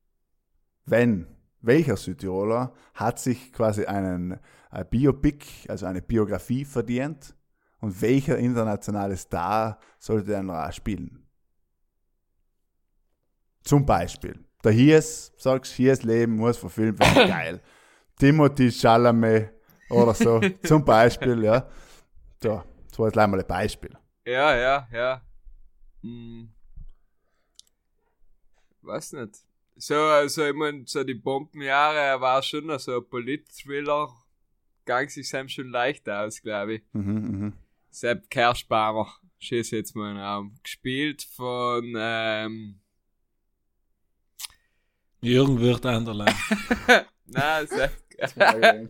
welcher Südtiroler hat sich quasi ein Biopic, also eine Biografie verdient und welcher internationale Star sollte den auch spielen? Zum Beispiel, der Hies, sagst Hies Leben muss verfilmt werden, geil. Timothy Chalamet oder so, zum Beispiel, ja. So, das war jetzt gleich mal ein Beispiel. Ja. Weiß nicht. So, ich mein, so die Bombenjahre war schon so ein Polit-Thriller. Gang sich Sam schon leicht aus, glaube ich. Sepp Kerschbaumer, schieß jetzt mal in den Raum. Gespielt von, Jürgen wird Anderlein. nein, Sepp, Ja.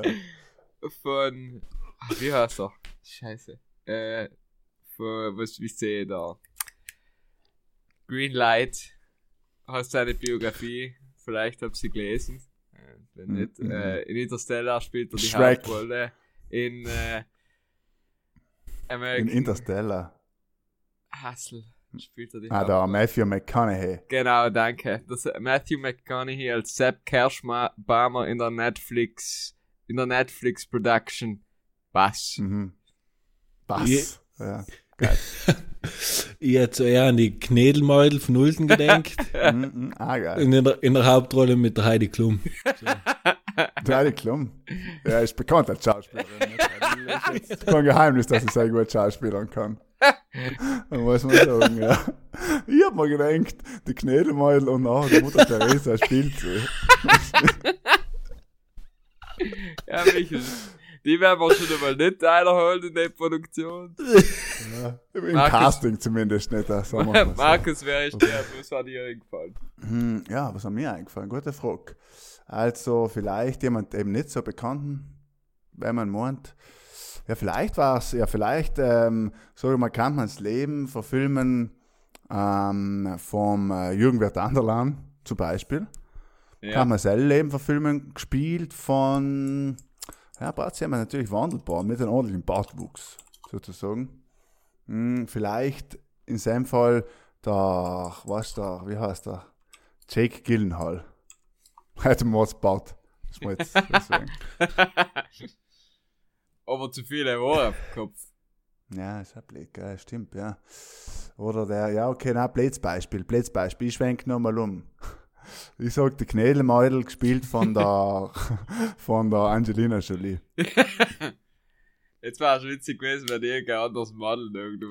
von, wie heißt er? Scheiße. Von, was wisst ihr da? Greenlight. Hast seine Biografie, vielleicht habt ihr sie gelesen. Wenn nicht, in Interstellar spielt er die Shrek. Hauptrolle. In In American Interstellar. Hustle spielt er die Da Hauptrolle. Matthew McConaughey. Genau, danke. Das Matthew McConaughey als Sepp Kerschbaumer in der Netflix Production. Was? Was? Ja, geil. Ich hätte so eher an die Knädelmeudel von Ulten gedenkt. Geil. Und in der Hauptrolle mit der Heidi Klum. Der Heidi Klum. Er ist bekannt als Schauspielerin. Das ist kein Geheimnis, dass ich sehr gut schauspielern kann. Muss man sagen, ja. Ich hab mir gedacht, die Knädelmeudel und nachher die Mutter Teresa spielt sie. Ja, Michael. Die werden wir schon einmal nicht einholen in der Produktion. Ja, im Markus. Casting zumindest nicht. Sagen wir mal so. Markus, wer ist der? Was hat dir eingefallen? Ja, was hat mir eingefallen? Gute Frage. Also vielleicht jemand eben nicht so bekannten, wenn man meint. Ja, vielleicht war es, sagen wir mal, kann man das Leben verfilmen vom Jürgen Wirt Anderlan zum Beispiel. Ja. Kann man sein Leben verfilmen, gespielt von, ja, braucht jemand natürlich wandelbar, mit einem ordentlichen Bartwuchs, sozusagen. Vielleicht in seinem Fall wie heißt der? Jake Gyllenhaal. Hat einen Mordsbart. Das muss jetzt deswegen. Aber zu viele Haare auf dem Kopf. Ja, ist ein blöd, gell, stimmt, ja. Oder blödes Beispiel. Ich schwenke nochmal um. Ich sag, die Knädelmeudel gespielt von der Angelina Jolie. Jetzt war es witzig gewesen, wenn irgendein anderes Model irgendwo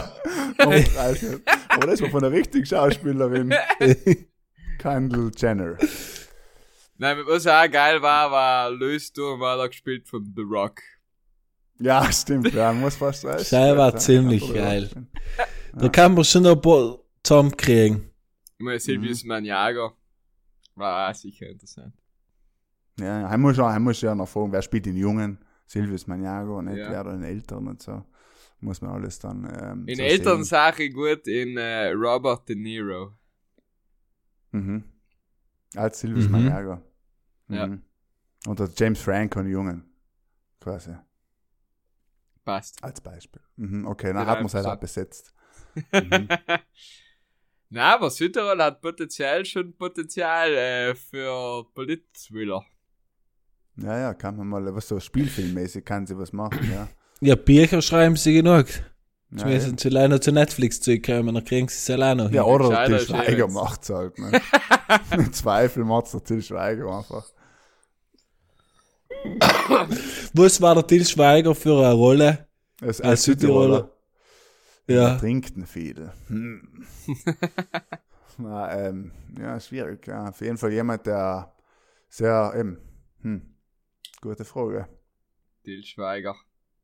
Aber das war von der richtigen Schauspielerin. Kendall Jenner. Nein, was auch geil war Louis Durham gespielt von The Rock. Ja, stimmt. Ja, muss fast sein. Das war ziemlich geil. Da kann man schon noch ein paar zusammenkriegen. Ich meine, Silvius Maniago war auch sicher interessant. Ja, er muss ja noch fragen, wer spielt den Jungen? Silvius Maniago, nicht Ja. wer den Eltern und so. Muss man alles dann. In so älteren sehen. Sachen gut, in Robert De Niro. Mhm. Als Silvius Mhm. Maniago. Ja. Und der James Franco, den Jungen. Quasi. Passt. Als Beispiel. Mhm, okay, dann Genau, hat man es halt so. abbesetzt. Mhm. Na, aber Südtirol hat Potenzial für Polit-Thriller. Ja, kann man mal, was so spielfilmmäßig kann sie was machen, ja. Ja, Bücher schreiben sie genug. Jetzt Ja, müssen sie leider zu Netflix zurückkommen, dann kriegen sie es auch noch hin. ja, oder Scheider, Til Schweiger Schädels. macht es halt. Ne? Im Zweifel macht es der Til Schweiger einfach. Was war der Til Schweiger für eine Rolle? Als Südtiroler. Ja. Er trinkt ihn viel. Na, ja, schwierig. Ja. Auf jeden Fall jemand, der sehr, gute Frage. Til Schweiger.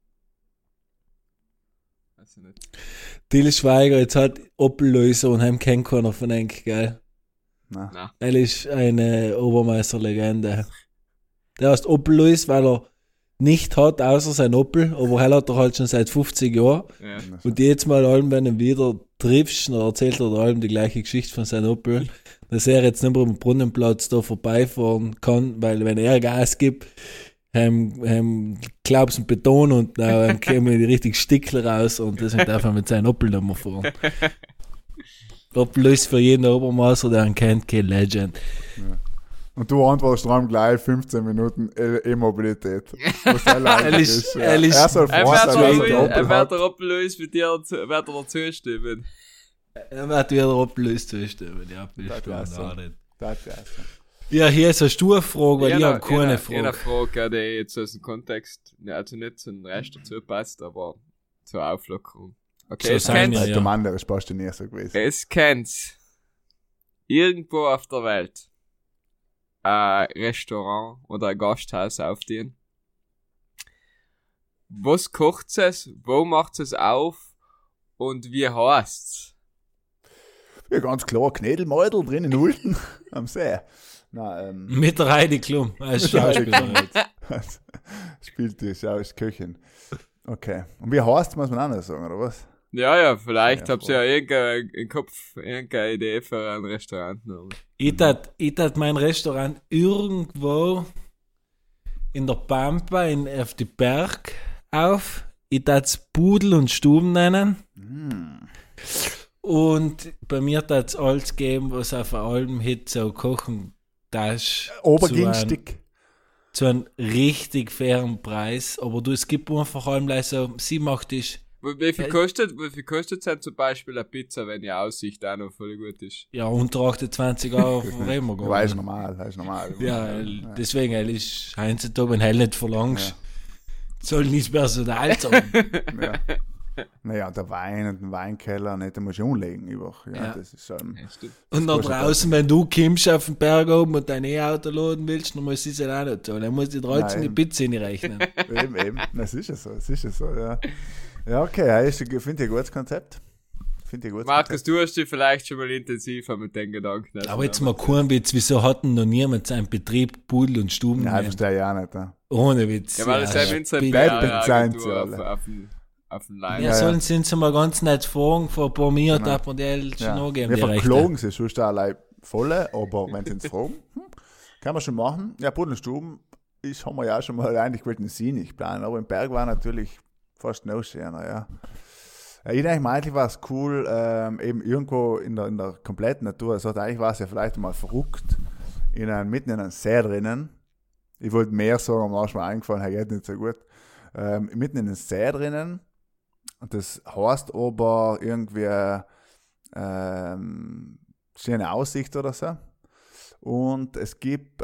Weiß ich nicht. Til Schweiger, jetzt hat Opel-Löser und heim kennt keiner von denen, gell? Na. Na. Er ist eine Obermeisterlegende. Der heißt Opel-Lös, weil er nicht hat, außer sein Opel, aber er hat er halt schon seit 50 Jahren. Ja. Und jedes Mal, allem, wenn du ihn wieder triffst, dann erzählt er allem die gleiche Geschichte von seinem Opel, dass er jetzt nicht mehr am Brunnenplatz da vorbeifahren kann, weil wenn er Gas gibt, glaubst du Beton und dann kämen die richtig Stickler raus und deswegen darf er mit seinem Opel nicht mehr fahren. Opel ist für jeden Obermaßer, der ihn kennt, kein Legend. Und du antwortest dran gleich 15 Minuten E-Mobilität. Was er Er ist- er ist- er soll Er froh sein, dass er den wird Opel hat. der Opel-Lös mit dir wird er zustimmen. Er wird wieder Opel zustimmen, ja, bist Das du wär's so. auch nicht. Das wär's. Ja, hier ist eine Sturfrage, weil ich habe keine Eine Frage. Frage, die jetzt aus dem Kontext, ja, also nicht zum Rest dazu passt, aber zur Auflockerung. Okay, So es sein kennt's. wir, ja. Der Mann, der ist fast nie so gewesen. Es kennt's. Irgendwo auf der Welt ein Restaurant oder ein Gasthaus aufdienen. Was kocht es? Wo macht es auf? Und wie heißt's? Ja, ganz klar, Knädelmeudel drin in Ulten am See. Na, Mit der Heidi Klum als Schauspielerin. Spielt die Köchin. Okay. Und wie heißt, muss man anders sagen, oder was? Ja, vielleicht Ja, habt ihr ja im Kopf irgendeine Idee für ein Restaurant noch. Ich tat mein Restaurant irgendwo in der Pampa auf die Berg auf. Ich tat's Pudel und Stuben nennen. Und bei mir tat's alles geben, was auf allem Hit so kochen darfst. Obergingstig. Zu einem richtig fairen Preis. Aber du, es gibt einfach allem gleich so, sie macht dich. Wie viel kostet denn zum Beispiel eine Pizza, wenn die Aussicht auch noch voll gut ist? Ja, unter 28 Euro reden wir gar Ja, ist nicht. normal, ist normal. Ja, deswegen, er ist heutzutage, wenn du nicht verlangst, soll nicht Personal sein. Ja. Naja, der Wein und den Weinkeller, nicht, den musst du umlegen. Ja, Ja. das ist schon. Ja, stimmt. Und nach kostet draußen, wenn du kommst auf den Berg oben und dein E-Auto laden willst, dann musst du es ja auch nicht zahlen. Dann musst du die 13 die Nein. Pizza rechnen. Eben. Das ist ja so, ja. Ja, okay, ja, finde ich ein gutes Konzept. Markus, du hast dich vielleicht schon mal intensiver mit den Gedanken. Aber jetzt mal kein Witz, wieso hat denn noch niemand seinen Betrieb Pudel und Stuben Nein, genannt? verstehe ich auch nicht. Ja. Ohne Witz. Ja, weil es ja im Internet Bleibt sein zu PR-Agentur alle. auf dem Line. Ja, sollen sie uns mal ganz nett fragen, vor ein paar Minuten Genau. hat man die schon Ja. angeben, Wir die Rechte. verklagen sie sonst auch allein volle, aber wenn sie uns fragen, kann man schon machen. Ja, Pudel und Stuben haben wir ja auch schon mal eigentlich gewollt in See nicht planen, aber im Berg war natürlich fast noch schöner, ja. Ja, ich denke mal, eigentlich war es cool, eben irgendwo in der kompletten Natur. Also eigentlich war es ja vielleicht mal verrückt, mitten in einem See drinnen. Ich wollte mehr sagen, aber mir ist mir eingefallen, geht nicht so gut. Mitten in einem See drinnen. Und das heißt aber irgendwie schöne Aussicht oder so. Und es gibt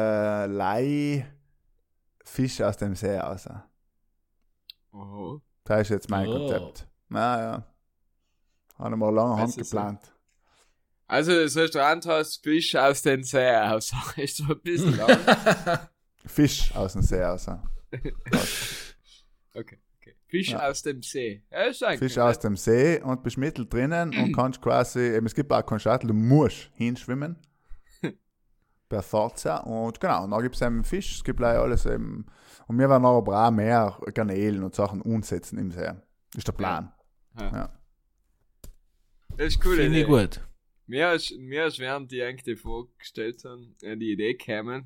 Fisch aus dem See raus. Oh. Das ist jetzt mein Oh. Konzept. Naja. Habe ich mal lange Hand Das ist so. geplant. Also das Restaurant heißt Fisch aus den See aus. Ist so ein bisschen lang. Fisch aus dem See raus. Okay. Fisch aus dem See. Ja, ist eigentlich Fisch aus dem See und bist mittel drinnen und kannst quasi, eben, es gibt auch keinen Shuttle, du musst hinschwimmen. Per Forza. Und genau, und dann gibt es eben Fisch, es gibt alles eben. Und wir werden aber auch mehr Garnelen und Sachen umsetzen im See. Ist der Plan. Ja. Das ist cool. Finde ich gut. Mir ist während die eigentlich vorgestellt haben, die Idee kämen.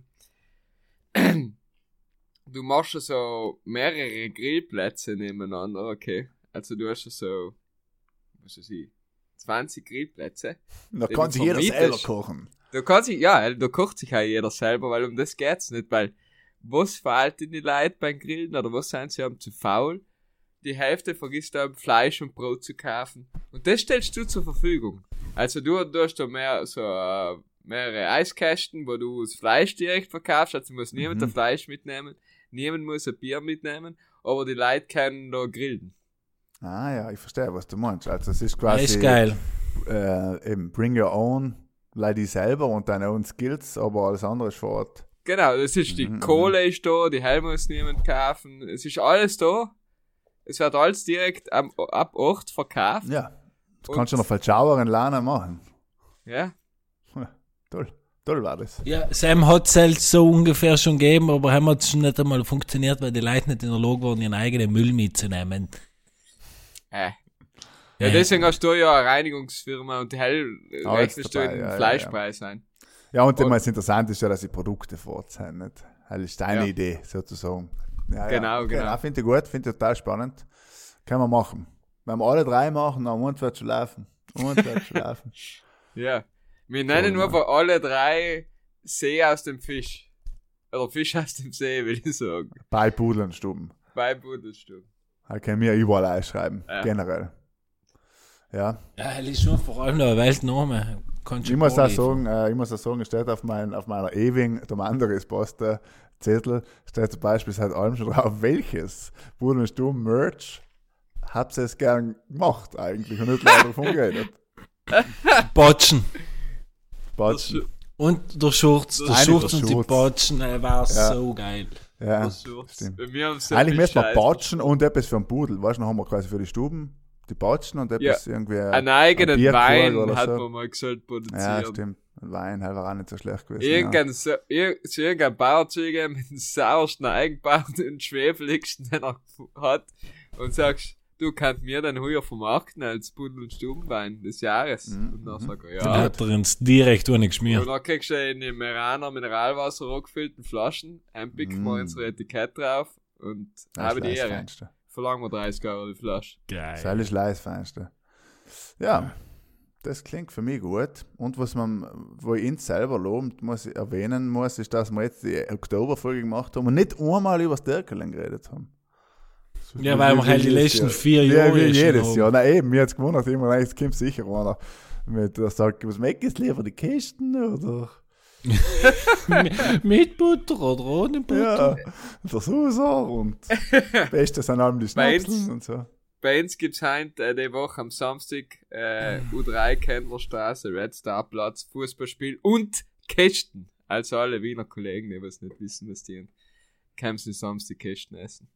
Du machst ja so mehrere Grillplätze nebeneinander, okay. Also du hast ja so, was weiß ich, 20 Grillplätze. Da kann sich jeder selber kochen. Da kocht sich auch jeder selber, weil um das geht's nicht, weil was fehlt in die Leute beim Grillen oder was sind sie haben zu faul? Die Hälfte vergisst da Fleisch und Brot zu kaufen. Und das stellst du zur Verfügung. Also du hast da mehrere Eiskästen, wo du das Fleisch direkt verkaufst, also muss niemand das Fleisch mitnehmen, niemand muss ein Bier mitnehmen, aber die Leute können da grillen. Ah ja, ich verstehe, was du meinst. Also es ist quasi ist geil. Eben bring your own, leih die selber und deine own Skills, aber alles andere ist vor Ort. Genau, das ist die Kohle ist da, die Helme muss niemand kaufen, es ist alles da. Es wird alles direkt ab Ort verkauft. Ja, du kannst schon noch Falschauer lernen machen. Ja. Toll war das. Ja, Sam hat es halt so ungefähr schon gegeben, aber haben es schon nicht einmal funktioniert, weil die Leute nicht in der Lage waren, ihren eigenen Müll mitzunehmen. Ja, deswegen hast du ja eine Reinigungsfirma und die rechnest du in den Fleischpreis ein. Ja, und das Interessante ist ja, dass die Produkte vor Ort sind. Nicht? Das ist deine Idee, sozusagen. Ja, genau. Ja, finde ich gut, finde ich total spannend. Können wir machen. Wenn wir alle drei machen, dann uns wird schon laufen. Ja. Wir nennen einfach alle drei See aus dem Fisch. Oder Fisch aus dem See, will ich sagen. Bei Pudelnstuben. Da können wir überall einschreiben, generell. Ja. Ja, das ist schon vor allem der Weltname. Ich muss auch sagen, es steht auf meiner ewigen, der andere ist Poster, Zettel, steht zum Beispiel seit allem schon drauf, welches Pudelnstuben Merch habt ihr es gern gemacht eigentlich und nicht leider davon geredet. Botschen. Und der Schurz. Der Schurz und die Botschen, war so geil. Ja, stimmt. Eigentlich müssen wir Botschen und etwas für den Pudel. Weißt du, dann haben wir quasi für die Stuben die Botschen und etwas irgendwie. Einen eigenen Wein hat man mal gesagt produziert. Ja, stimmt. Ein Wein war auch nicht so schlecht gewesen. Irgendein Bauerzeuger mit dem sauersten eingebauten Schwefeligsten, den er hat, und sagst, du kannst mir dann heuer vermarkten als Pudel- und Stubenwein des Jahres. Und dann sagt er, Dann hat er uns direkt ohne geschmiert. Und dann kriegst du in die Meraner Mineralwasser angefüllten Flaschen, einpicken wir unsere Etikett drauf und habe die Ehre. Feinste. Verlangen wir 30 € die Flasche. Geil. Das ist alles Feinste. Ja, das klingt für mich gut. Und wo ich uns selber loben erwähnen muss, ist, dass wir jetzt die Oktoberfolge gemacht haben und nicht einmal über das Dirkelen geredet haben. Ja, weil wir halt die letzten 4 Jahre wie jedes Jahr. Na eben, mir hat es gewundert, immer, es kommt sicher einer mit, der sagt, was mag es lieber, die Kisten oder? Mit Butter oder ohne Butter? Ja, der Susar und das Beste sind allem die Schnapseln und so. Bei uns gibt es heute die Woche am Samstag U3 Kendlerstraße, Red Star Platz, Fußballspiel und Kästen. Also alle Wiener Kollegen, die was nicht wissen, was die können sie Samstag Kästen essen.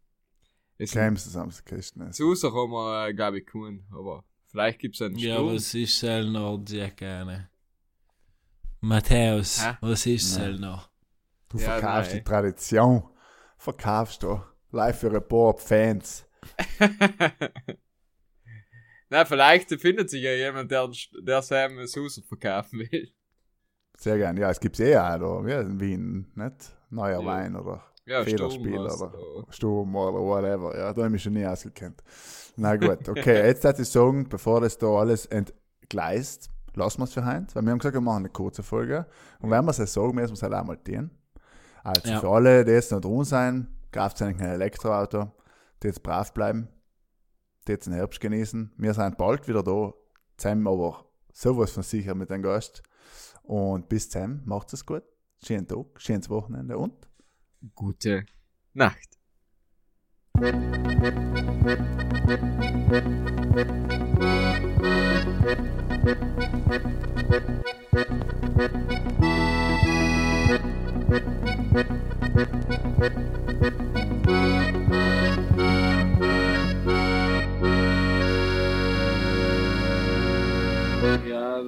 Susar haben wir, glaube ich, keinen, aber vielleicht gibt es einen Sturm. Ja, was ist es noch sehr gerne? Matthäus, was ist es noch? Du verkaufst die Tradition. Verkaufst du. Live für ein paar Fans. Na, vielleicht findet sich ja jemand, der seinem Susar verkaufen will. Sehr gerne. Ja, es gibt es auch da. Ja, in Wien, nicht? Neuer Wein oder Federspiel oder Sturm oder whatever. Ja, da habe ich mich schon nie ausgekannt. Na gut, okay. Jetzt würde ich sagen, bevor das da alles entgleist, lassen wir es für heute. Weil wir haben gesagt, wir machen eine kurze Folge. Und wenn wir es sagen, müssen wir es halt auch mal tun. Also für alle, die jetzt noch drin sind, kauft euch ein Elektroauto, die jetzt brav bleiben, die jetzt den Herbst genießen. Wir sind bald wieder da, zusammen aber sowas von sicher mit dem Gast. Und bis zusammen, macht es gut. Schönen Tag, schönes Wochenende und gute Nacht.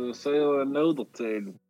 Was soll ich noch erzählen?